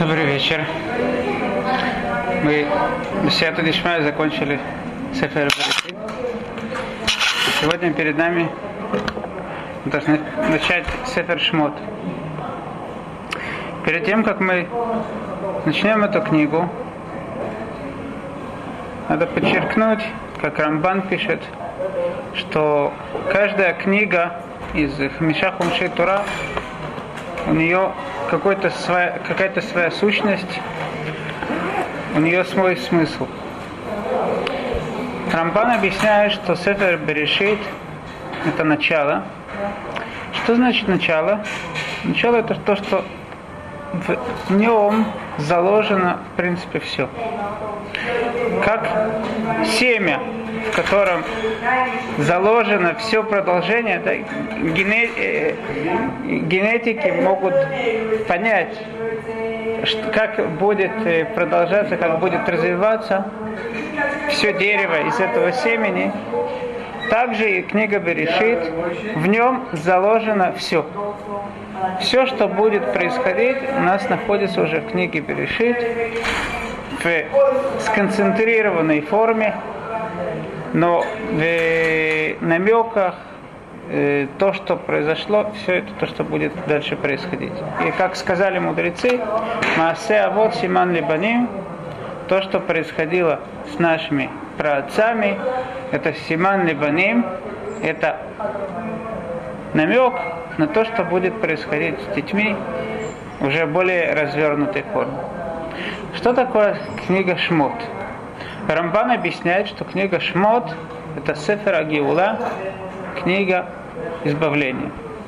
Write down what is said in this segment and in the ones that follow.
Добрый вечер. Мы Бесията Дишмая закончили Сефер Берешит. Сегодня перед нами должны начать Сефер Шмот. Перед тем, как мы начнем эту книгу, надо подчеркнуть, как Рамбан пишет, что каждая книга из Хамиша Хумшей Тора, у нее какая-то своя сущность, у нее свой смысл. Рамбан объясняет, что Сефер Берешит – это начало. Что значит начало? Начало – это то, что в нем заложено, в принципе, все. Как семя, в котором заложено все продолжение, да, генетики могут понять, как будет продолжаться, как будет развиваться все дерево из этого семени. Также и книга Берешит, в нем заложено все. Все, что будет происходить, у нас находится уже в книге Берешит, в сконцентрированной форме, но в намеках то, что произошло, все это то, что будет дальше происходить. И как сказали мудрецы, Маасе Авот Симан Либаним, то, что происходило с нашими праотцами, это Симан Либаним, это намек на то, что будет происходить с детьми уже в более развернутой форме. Что такое книга Шмот? Рамбан объясняет, что книга Шмот – это Сефер Агиула, книга избавления.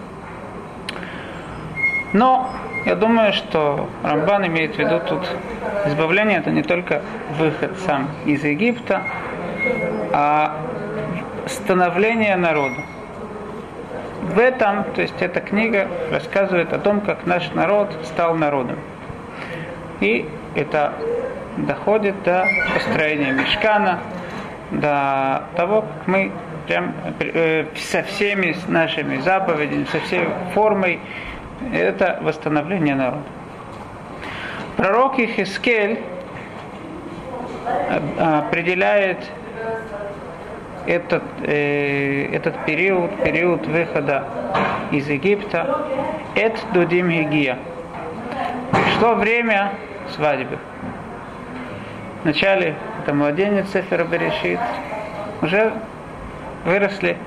Но я думаю, что Рамбан имеет в виду тут избавление – это не только выход сам из Египта, а становление народа. В этом, то есть эта книга рассказывает о том, как наш народ стал народом. И это доходит до построения Мишкана, до того, как мы прям со всеми нашими заповедями, со всей формой, это восстановление народа. Пророк Ихескель определяет этот период выхода из Египта, Эт Дудим Гигия. Пришло время свадьбы. Вначале это младенец Сефер Берешит, уже выросли.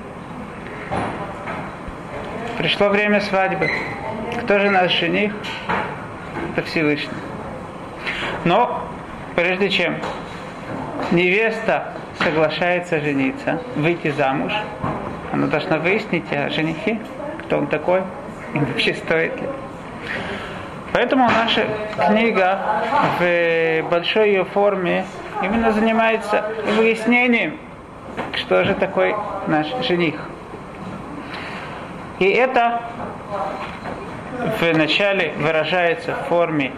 Пришло время свадьбы. Кто же наш жених? Это Всевышний. Но прежде чем невеста соглашается жениться, выйти замуж, она должна выяснить о женихе, кто он такой, и вообще стоит ли. Поэтому наша книга в большой ее форме именно занимается выяснением, что же такой наш жених. И это в начале выражается в форме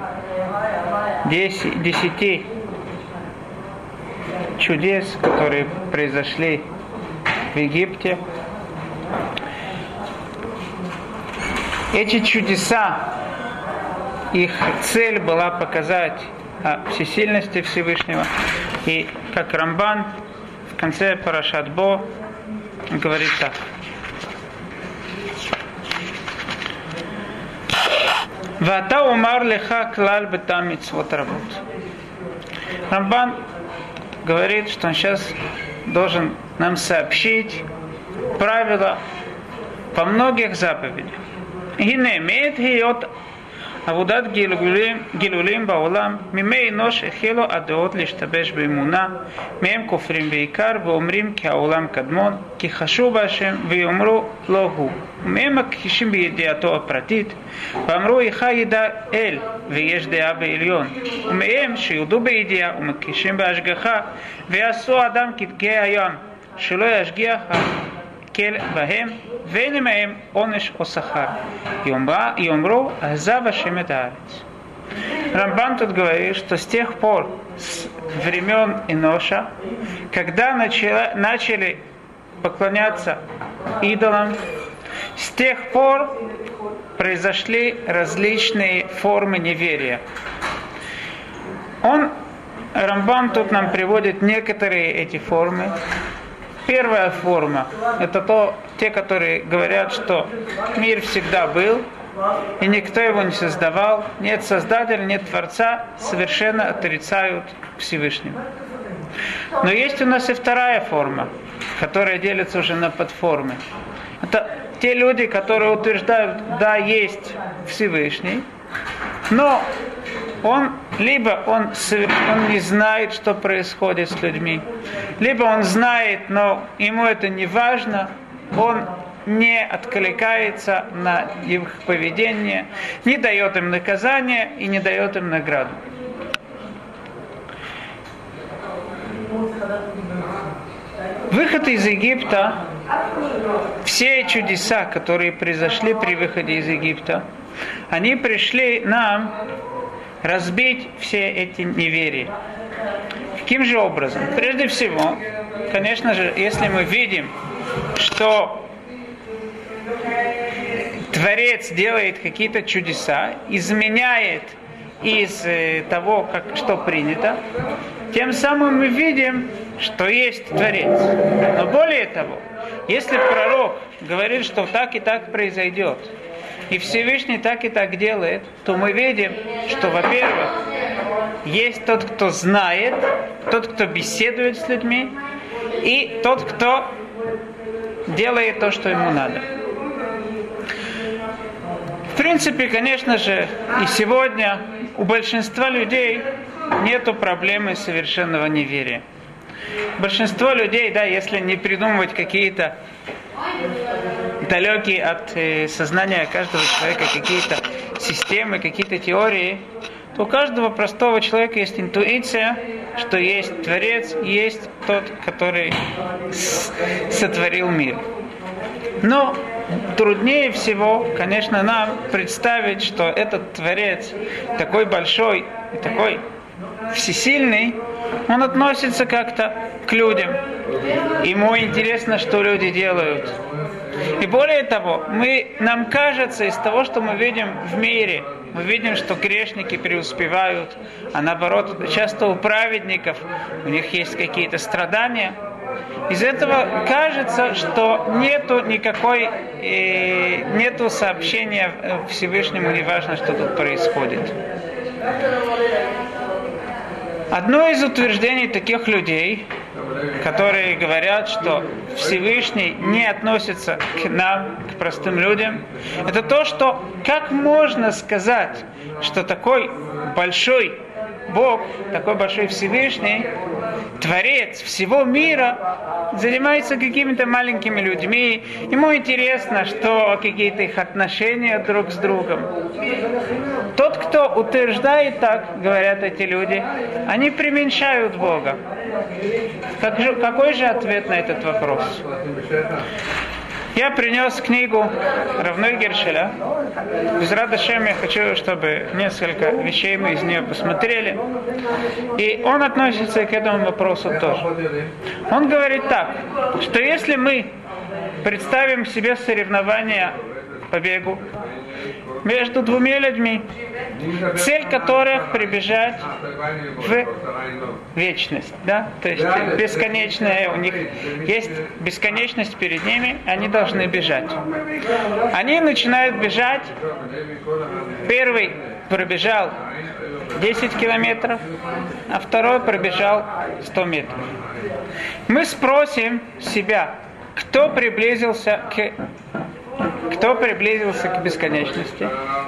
10 чудес, которые произошли в Египте. Эти чудеса, их цель была показать о всесильности Всевышнего. И как Рамбан в конце Парашат Бо говорит так. Вата умар леха клаль бета мицвот работ. Рамбан говорит, что он сейчас должен нам сообщить правила по многих заповедях. Гине имеет гиот עבודת גילולים בעולם, מימי אנוש החלו הדעות להשתבש באמונה, מהם כופרים בעיקר ואומרים כי העולם קדמון, כי חשוב בהשם ויאמרו לא הוא, ומהם מכחישים בידיעתו הפרטית, ואמרו איך ידע אל ויש דעה בעליון, ומהם שיודו בידיעה ומכחישים בהשגחה, ויעשו אדם כדגי הים, שלא ישגיח כל בהם, ואין עמהם עונש או שכר. יאמרו, עזב השם את הארץ. Рамбан тут говорит, что с тех пор, с времен Эноша, когда начали поклоняться идолам, с тех пор произошли различные формы неверия. Рамбам тут нам приводит некоторые эти формы. Первая форма – это те, которые говорят, что мир всегда был, и никто его не создавал, нет создателя, нет Творца, совершенно отрицают Всевышнего. Но есть у нас и вторая форма, которая делится уже на подформы. Это те люди, которые утверждают, да, есть Всевышний, но либо он не знает, что происходит с людьми, либо он знает, но ему это не важно, он не откликается на их поведение, не дает им наказания и не дает им награду. Выход из Египта, все чудеса, которые произошли при выходе из Египта, они пришли нам разбить все эти неверия. Каким же образом? Прежде всего, конечно же, если мы видим, что Творец делает какие-то чудеса, изменяет из того, что принято, тем самым мы видим, что есть Творец. Но более того, если пророк говорит, что так и так произойдет, и Всевышний так и так делает, то мы видим, что, во-первых, есть тот, кто знает, тот, кто беседует с людьми, и тот, кто делает то, что ему надо. В принципе, конечно же, и сегодня у большинства людей нету проблемы совершенного неверия. Большинство людей, да, если не придумывать какие-то далекие от сознания каждого человека какие-то системы, какие-то теории, то у каждого простого человека есть интуиция, что есть Творец, есть тот, который сотворил мир. Но труднее всего, конечно, нам представить, что этот Творец такой большой и такой всесильный, он относится как-то к людям. Ему интересно, что люди делают. И более того, нам кажется из того, что мы видим в мире, мы видим, что грешники преуспевают, а наоборот, часто у праведников у них есть какие-то страдания. Из этого кажется, что нету сообщения Всевышнему, не важно, что тут происходит. Одно из утверждений таких людей, которые говорят, что Всевышний не относится к нам, к простым людям, это то, что как можно сказать, что такой большой Бог, такой большой Всевышний, Творец всего мира, занимается какими-то маленькими людьми, ему интересно, что какие-то их отношения друг с другом. Тот, кто утверждает так, говорят эти люди, они преуменьшают Бога. Какой же ответ на этот вопрос? Я принес книгу Равной Гершеля. Безрат Ашем, я хочу, чтобы несколько вещей мы из нее посмотрели. И он относится к этому вопросу тоже. Он говорит так, что если мы представим себе соревнования по бегу между двумя людьми, цель которых прибежать в вечность, да? То есть бесконечная, у них есть бесконечность перед ними, они должны бежать. Они начинают бежать. Первый пробежал 10 километров, а второй пробежал 100 метров. Мы спросим себя, кто приблизился к бесконечности?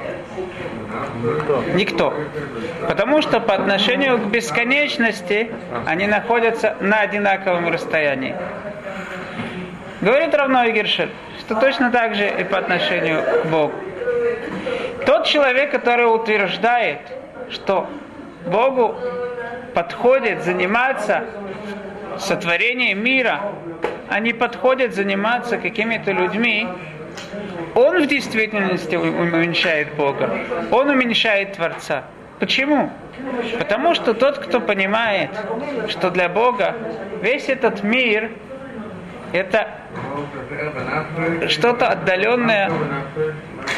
Никто. Потому что по отношению к бесконечности они находятся на одинаковом расстоянии. Говорит Равной Гершель, что точно так же и по отношению к Богу. Тот человек, который утверждает, что Богу подходит заниматься сотворением мира, а не подходит заниматься какими-то людьми, он в действительности уменьшает Бога. Он уменьшает Творца. Почему? Потому что тот, кто понимает, что для Бога весь этот мир это что-то отдаленное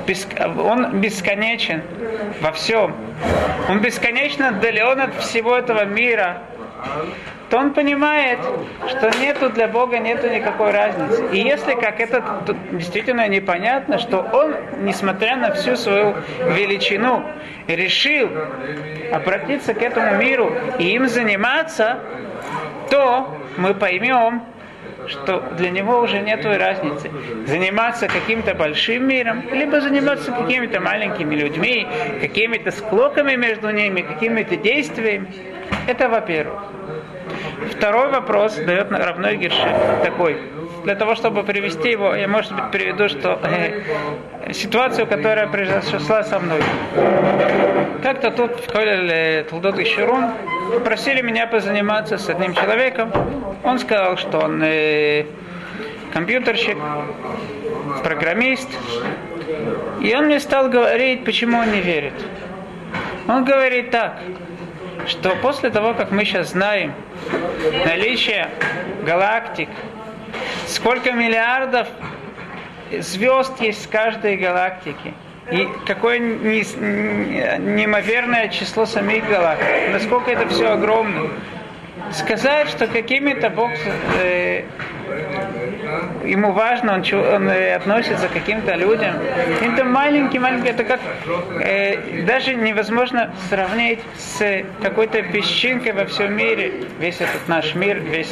он бесконечен во всем, он бесконечно отдален от всего этого мира, то он понимает, что нету для Бога нету никакой разницы. И если как это действительно непонятно, что он, несмотря на всю свою величину, решил обратиться к этому миру и им заниматься, то мы поймем, что для него уже нет разницы. Заниматься каким-то большим миром, либо заниматься какими-то маленькими людьми, какими-то склоками между ними, какими-то действиями. Это во-первых. Второй вопрос дает Равной Гершель такой. Для того, чтобы привести его, я, может быть, приведу, что ситуацию, которая произошла со мной. Как-то тут в Колель Толдот и Ширун просили меня позаниматься с одним человеком. Он сказал, что он компьютерщик, программист. И он мне стал говорить, почему он не верит. Он говорит так, что после того, как мы сейчас знаем наличие галактик, сколько миллиардов звезд есть в каждой галактике, и какое неимоверное число самих галактик, насколько это все огромно, сказать, что какими-то Бог ему важно, он относится к каким-то людям, каким-то маленьким, это как даже невозможно сравнить с какой-то песчинкой во всем мире, весь этот наш мир, весь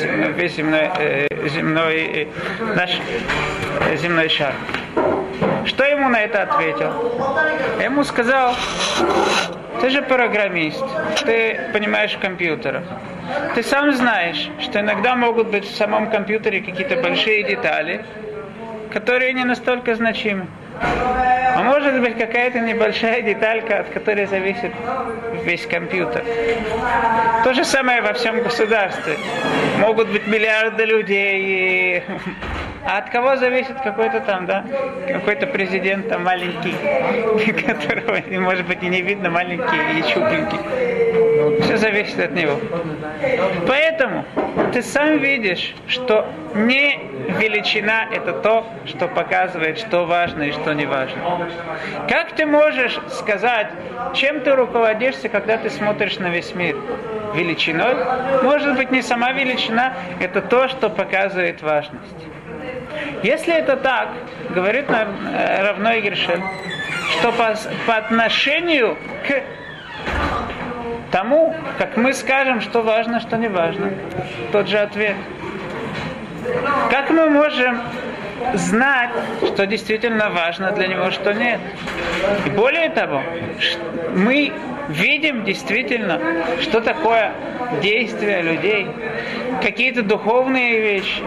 наш земной шар. Что ему на это ответил? Я ему сказал: ты же программист, ты понимаешь в компьютерах. Ты сам знаешь, что иногда могут быть в самом компьютере какие-то большие детали, которые не настолько значимы. А может быть какая-то небольшая деталька, от которой зависит весь компьютер. То же самое во всем государстве. Могут быть миллиарды людей. А от кого зависит какой-то там, да? Какой-то президент там маленький, которого, может быть, и не видно, маленький и щупленький. Все зависит от него. Поэтому ты сам видишь, что не величина это то, что показывает, что важно и что не важно. Как ты можешь сказать, чем ты руководишься, когда ты смотришь на весь мир? Величиной? Может быть, не сама величина, это то, что показывает важность. Если это так, говорит Равной Гершель, что по отношению к тому, как мы скажем, что важно, что не важно, тот же ответ. Как мы можем знать, что действительно важно для него, что нет? И более того, мы видим действительно, что такое действие людей, какие-то духовные вещи.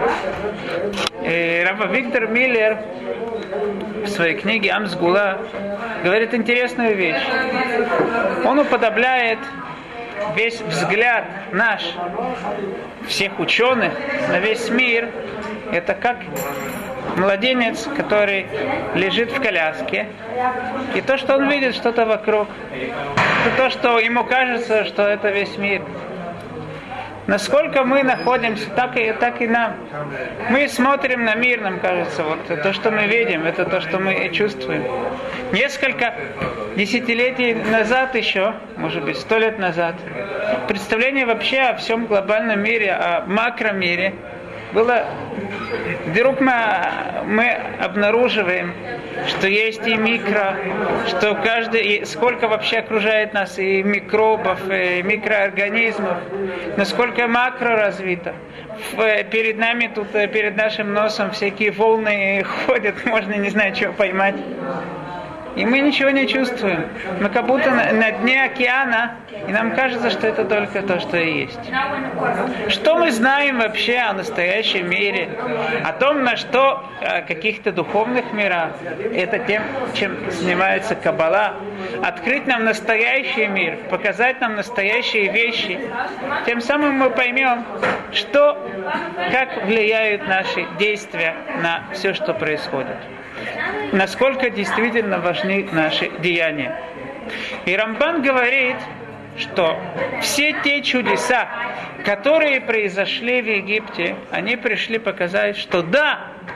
Рав Виктор Миллер в своей книге «Амсгула» говорит интересную вещь. Он уподобляет весь взгляд наш, всех ученых на весь мир, это как младенец, который лежит в коляске, и то, что он видит что-то вокруг, это то, что ему кажется, что это весь мир. Насколько мы находимся, так и нам. Мы смотрим на мир, нам кажется, вот то, что мы видим, это то, что мы чувствуем. Несколько десятилетий назад еще, может быть, 100 лет назад, представление вообще о всем глобальном мире, о макромире было... Вдруг мы обнаруживаем, что есть и микро, что каждый, сколько вообще окружает нас и микробов, и микроорганизмов, насколько макро развито. Перед нами тут, перед нашим носом всякие волны ходят, можно не знаю, чего поймать. И мы ничего не чувствуем. Мы как будто на дне океана, и нам кажется, что это только то, что и есть. Что мы знаем вообще о настоящем мире? О том, на что каких-то духовных мирах? Это тем, чем занимается Каббала. Открыть нам настоящий мир, показать нам настоящие вещи. Тем самым мы поймем, что, как влияют наши действия на все, что происходит. Насколько действительно важны наши деяния. И Рамбан говорит, что все те чудеса, которые произошли в Египте, они пришли показать, что да,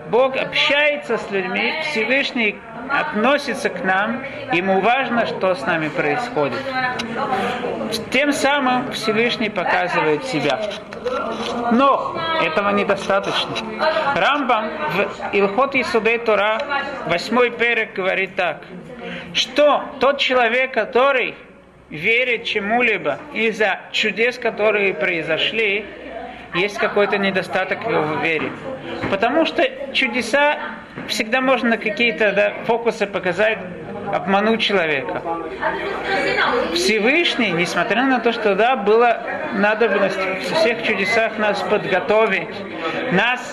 Бог общается с людьми, Всевышний относится к нам, ему важно, что с нами происходит. Тем самым Всевышний показывает себя. Но этого недостаточно. Рамбам в Илхот Йесодей Тора 8 перек говорит так, что тот человек, который верит чему-либо из-за чудес, которые произошли, есть какой-то недостаток в его вере. Потому что чудеса всегда можно какие-то фокусы показать, обмануть человека. Всевышний, несмотря на то, что была надобность во всех чудесах нас подготовить, нас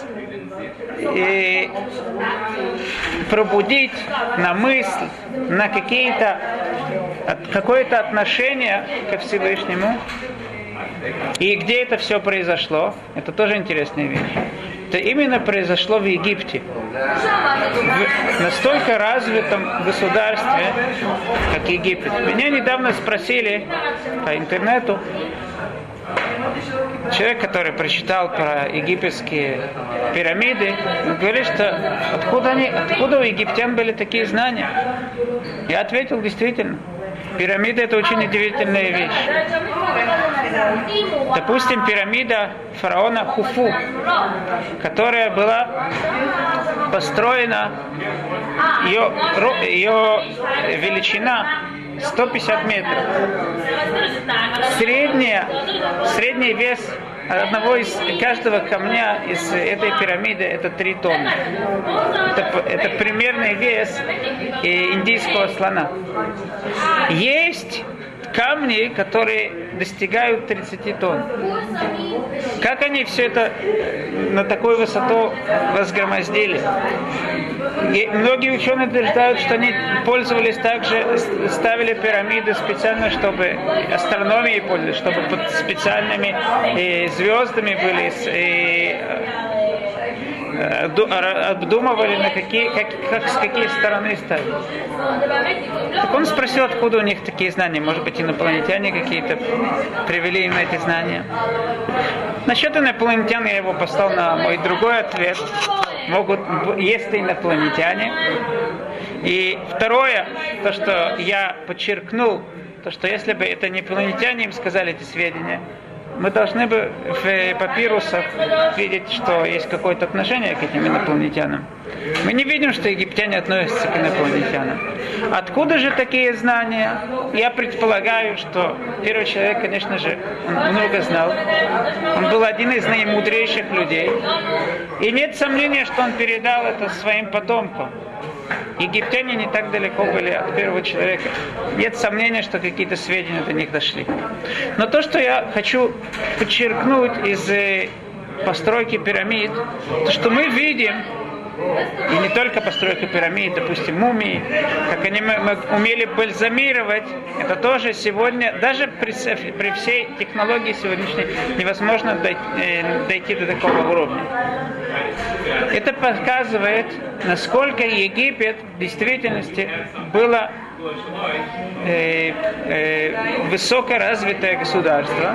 пробудить на мысль, на какое-то отношение ко Всевышнему. И где это все произошло? Это тоже интересная вещь. Это именно произошло в Египте. В настолько развитом государстве, как Египет. Меня недавно спросили по интернету, человек, который прочитал про египетские пирамиды, говорит, что откуда у египтян были такие знания? Я ответил, действительно. Пирамида — это очень удивительная вещь. Допустим, пирамида фараона Хуфу, которая была построена, ее величина 150 метров. Средний вес каждого камня из этой пирамиды — это 3 тонны. Это примерный вес индийского слона. Есть камни, которые достигают 30 тонн. Как они все это на такую высоту возгромоздили? И многие ученые утверждают, что они пользовались также, ставили пирамиды специально, чтобы астрономией пользовались, чтобы под специальными звездами были, обдумывали, с какой стороны ставить. Так он спросил, откуда у них такие знания. Может быть, инопланетяне какие-то привели им эти знания. Насчет инопланетян я его послал на мой другой ответ. Есть инопланетяне. И второе, то, что я подчеркнул, то, что если бы это не инопланетяне им сказали эти сведения, мы должны бы в папирусах видеть, что есть какое-то отношение к этим инопланетянам. Мы не видим, что египтяне относятся к инопланетянам. Откуда же такие знания? Я предполагаю, что первый человек, конечно же, он много знал. Он был один из наимудрейших людей. И нет сомнения, что он передал это своим потомкам. Египтяне не так далеко были от первого человека. Нет сомнения, что какие-то сведения до них дошли. Но то, что я хочу подчеркнуть из постройки пирамид, то, что мы видим, и не только постройка пирамид, допустим, мумии, как они умели бальзамировать, это тоже сегодня, даже при всей технологии сегодняшней, невозможно дойти до такого уровня. Это показывает, насколько Египет в действительности было высокоразвитое государство.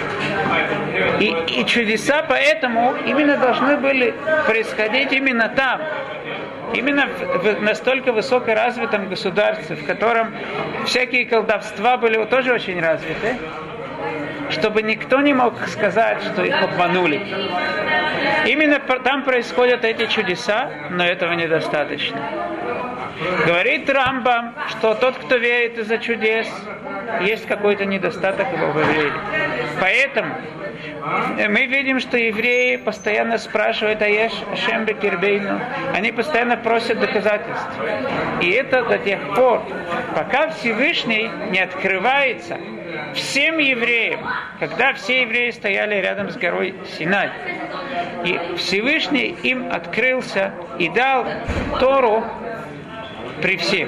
И чудеса поэтому именно должны были происходить именно там. Именно в настолько высокоразвитом государстве, в котором всякие колдовства были тоже очень развиты, чтобы никто не мог сказать, что их обманули. Именно там происходят эти чудеса, но этого недостаточно. Говорит Рамбам, что тот, кто верит из-за чудес, есть какой-то недостаток его в вере. Поэтому мы видим, что евреи постоянно спрашивают «Аеш Ашем бекирбейну». Они постоянно просят доказательств. И это до тех пор, пока Всевышний не открывается всем евреям, когда все евреи стояли рядом с горой Синай. И Всевышний им открылся и дал Тору при всех.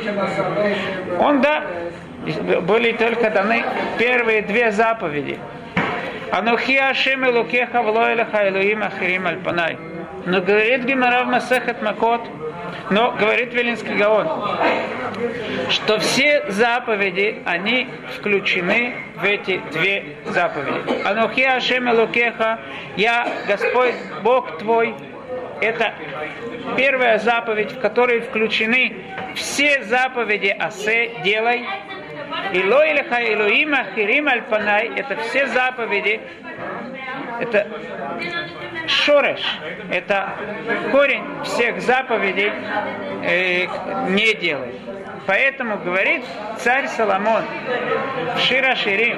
Были только даны первые 2 заповеди. Анухи Ашем Элокеха вло элеха Элоим ахирим аль панай. Но говорит Гемара в Масехет Макот, но говорит Вилинский Гаон, что все заповеди, они включены в эти 2 заповеди. Анухи Ашем Элокеха, я Господь Бог твой, это первая заповедь, в которой включены все заповеди «Асе» – «делай». И «Ло илеха Элоим ахирим аль панай» – это все заповеди, это шореш, это корень всех заповедей «не делай». Поэтому говорит царь Соломон в Шир ха-Ширим: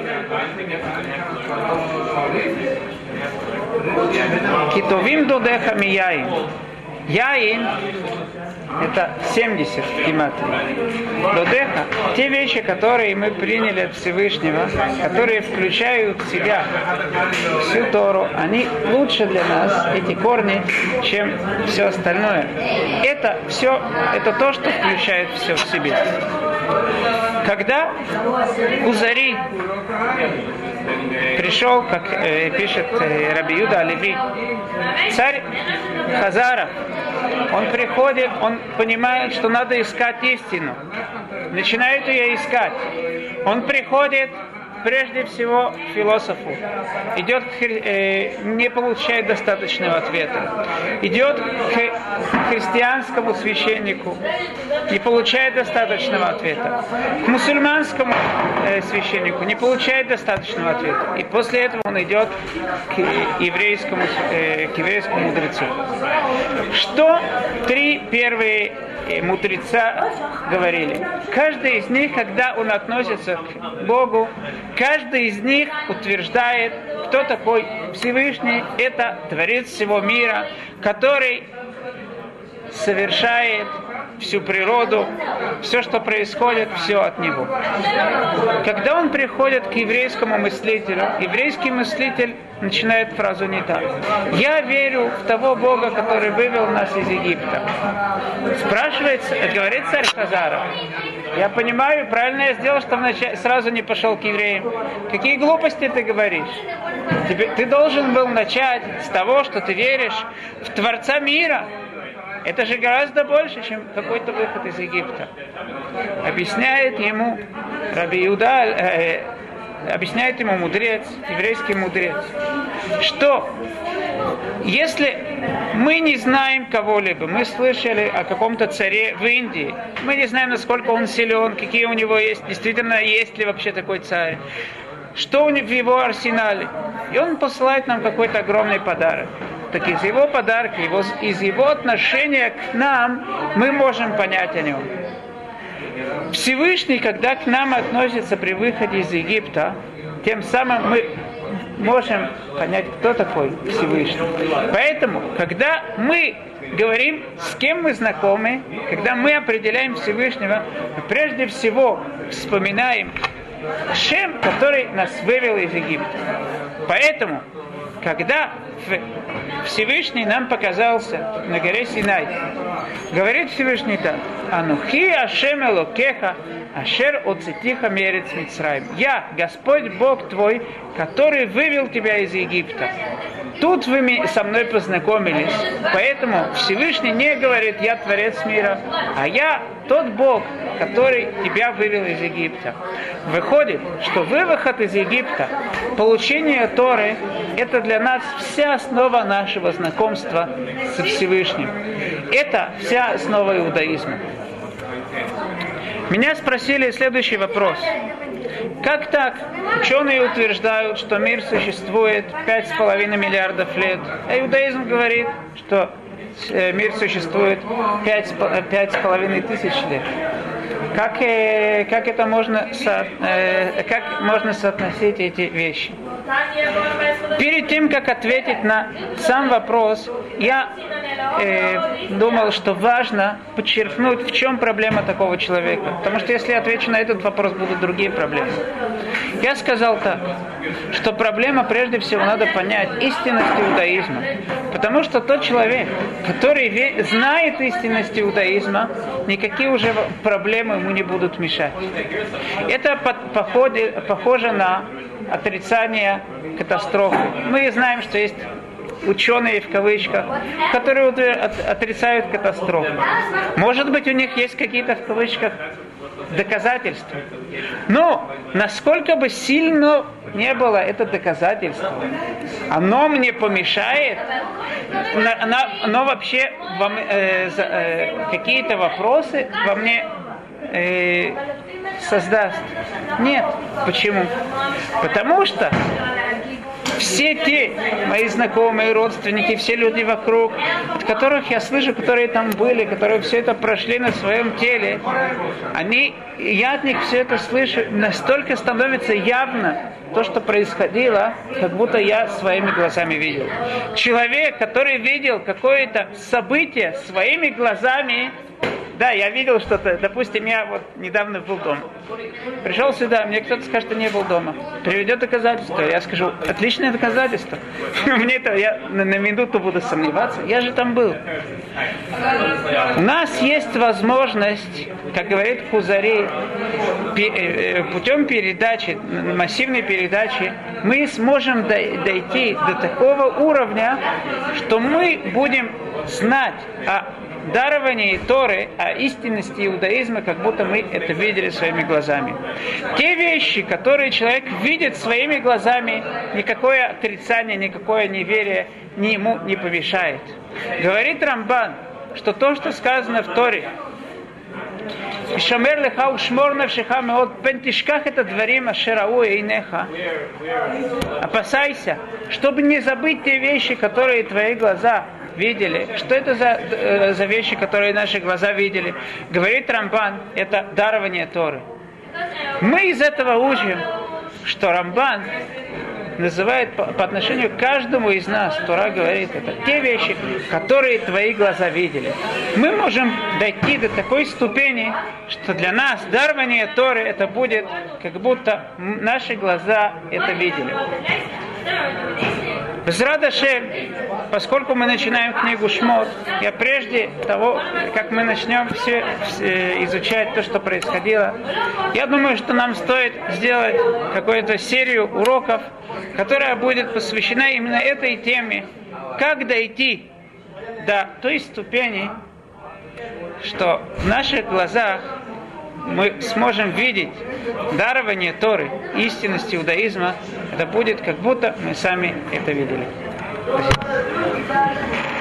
«Китовим додеха ми яин». Яин – это 70 гематрий. Додеха – те вещи, которые мы приняли от Всевышнего, которые включают в себя всю Тору, они лучше для нас, эти корни, чем все остальное. Это все, это то, что включает все в себе. Когда Кузари пришел, как пишет Раби Юда Алеви, царь Хазаров, он приходит, он понимает, что надо искать истину, начинает ее искать. Он приходит прежде всего к философу, идет не получает достаточного ответа, идет к христианскому священнику, не получает достаточного ответа, к мусульманскому священнику, не получает достаточного ответа, и после этого он идет к еврейскому мудрецу. Что три первые мудреца говорили? Каждый из них, когда он относится к Богу, каждый из них утверждает, кто такой Всевышний. Это Творец всего мира, который совершает всю природу, все, что происходит, все от Него. Когда он приходит к еврейскому мыслителю, еврейский мыслитель начинает фразу не так: «Я верю в того Бога, который вывел нас из Египта». Спрашивается, говорит царь Хазаров: «Я понимаю, правильно я сделал, что сразу не пошел к евреям. Какие глупости ты говоришь? Ты должен был начать с того, что ты веришь в Творца мира. Это же гораздо больше, чем какой-то выход из Египта». Объясняет ему Раби Юда, объясняет ему мудрец, еврейский мудрец, что если мы не знаем кого-либо, мы слышали о каком-то царе в Индии, мы не знаем, насколько он силен, какие у него есть, действительно, есть ли вообще такой царь, что у него в его арсенале, и он посылает нам какой-то огромный подарок. Так из его подарка, из его отношения к нам, мы можем понять о нем. Всевышний, когда к нам относится при выходе из Египта, тем самым мы можем понять, кто такой Всевышний. Поэтому, когда мы говорим, с кем мы знакомы, когда мы определяем Всевышнего, мы прежде всего вспоминаем Шем, который нас вывел из Египта. Поэтому, когда Всевышний нам показался на горе Синай, говорит Всевышний так: «Анухи Ашем Элокеха, Ашер оцетиха мерец Мицраим». «Я, Господь Бог твой, который вывел тебя из Египта». Тут вы со мной познакомились, поэтому Всевышний не говорит: «Я Творец мира», а «Я тот Бог, который тебя вывел из Египта». Выходит, что выход из Египта, получение Торы – это для нас вся основа нашего знакомства со Всевышним. Это вся основа иудаизма. Меня спросили следующий вопрос. Как так? Ученые утверждают, что мир существует 5,5 миллиардов лет, а иудаизм говорит, что мир существует 5,5 тысяч лет. Как это можно соотносить эти вещи? Перед тем, как ответить на сам вопрос, я думал, что важно подчеркнуть, в чем проблема такого человека. Потому что если я отвечу на этот вопрос, будут другие проблемы. Я сказал так, что проблема, прежде всего, надо понять истинность иудаизма. Потому что тот человек, который знает истинность иудаизма, никакие уже проблемы ему не будут мешать. Это похоже на отрицание катастрофы. Мы знаем, что есть ученые, в кавычках, которые отрицают катастрофу. Может быть, у них есть какие-то, в кавычках, доказательство. Но насколько бы сильно не было это доказательство, оно мне помешает, оно вообще какие-то вопросы во мне создаст. Нет. Почему? Потому что все те мои знакомые, родственники, все люди вокруг, от которых я слышу, которые там были, которые все это прошли на своем теле, я от них все это слышу, настолько становится явно то, что происходило, как будто я своими глазами видел. Человек, который видел какое-то событие своими глазами, да, я видел что-то, допустим, я вот недавно был дома. Пришел сюда, мне кто-то скажет, что не был дома. Приведет доказательство. Я скажу, отличное доказательство. Мне это, я на минуту буду сомневаться. Я же там был. У нас есть возможность, как говорит Кузари, путем передачи, массивной передачи, мы сможем дойти до такого уровня, что мы будем знать о даровании Торы, о истинности иудаизма, как будто мы это видели своими глазами. Те вещи, которые человек видит своими глазами, никакое отрицание, никакое неверие ему не помешает. Говорит Рамбан, что то, что сказано в Торе, «Шамер леха ушмор навшеха меот пен тишках это дворим ашерау эйнеха». Опасайся, чтобы не забыть те вещи, которые твои глаза видели. Что это за вещи, которые наши глаза видели? Говорит Рамбан, это дарование Торы. Мы из этого учим, что Рамбан называет по отношению к каждому из нас, Тора говорит, это те вещи, которые твои глаза видели. Мы можем дойти до такой ступени, что для нас дарование Торы это будет, как будто наши глаза это видели. Безрат Ашем, поскольку мы начинаем книгу Шмот, я прежде того, как мы начнем все изучать то, что происходило, я думаю, что нам стоит сделать какую-то серию уроков, которая будет посвящена именно этой теме, как дойти до той ступени, что в наших глазах мы сможем видеть дарование Торы, истинность иудаизма, это будет как будто мы сами это видели. Спасибо.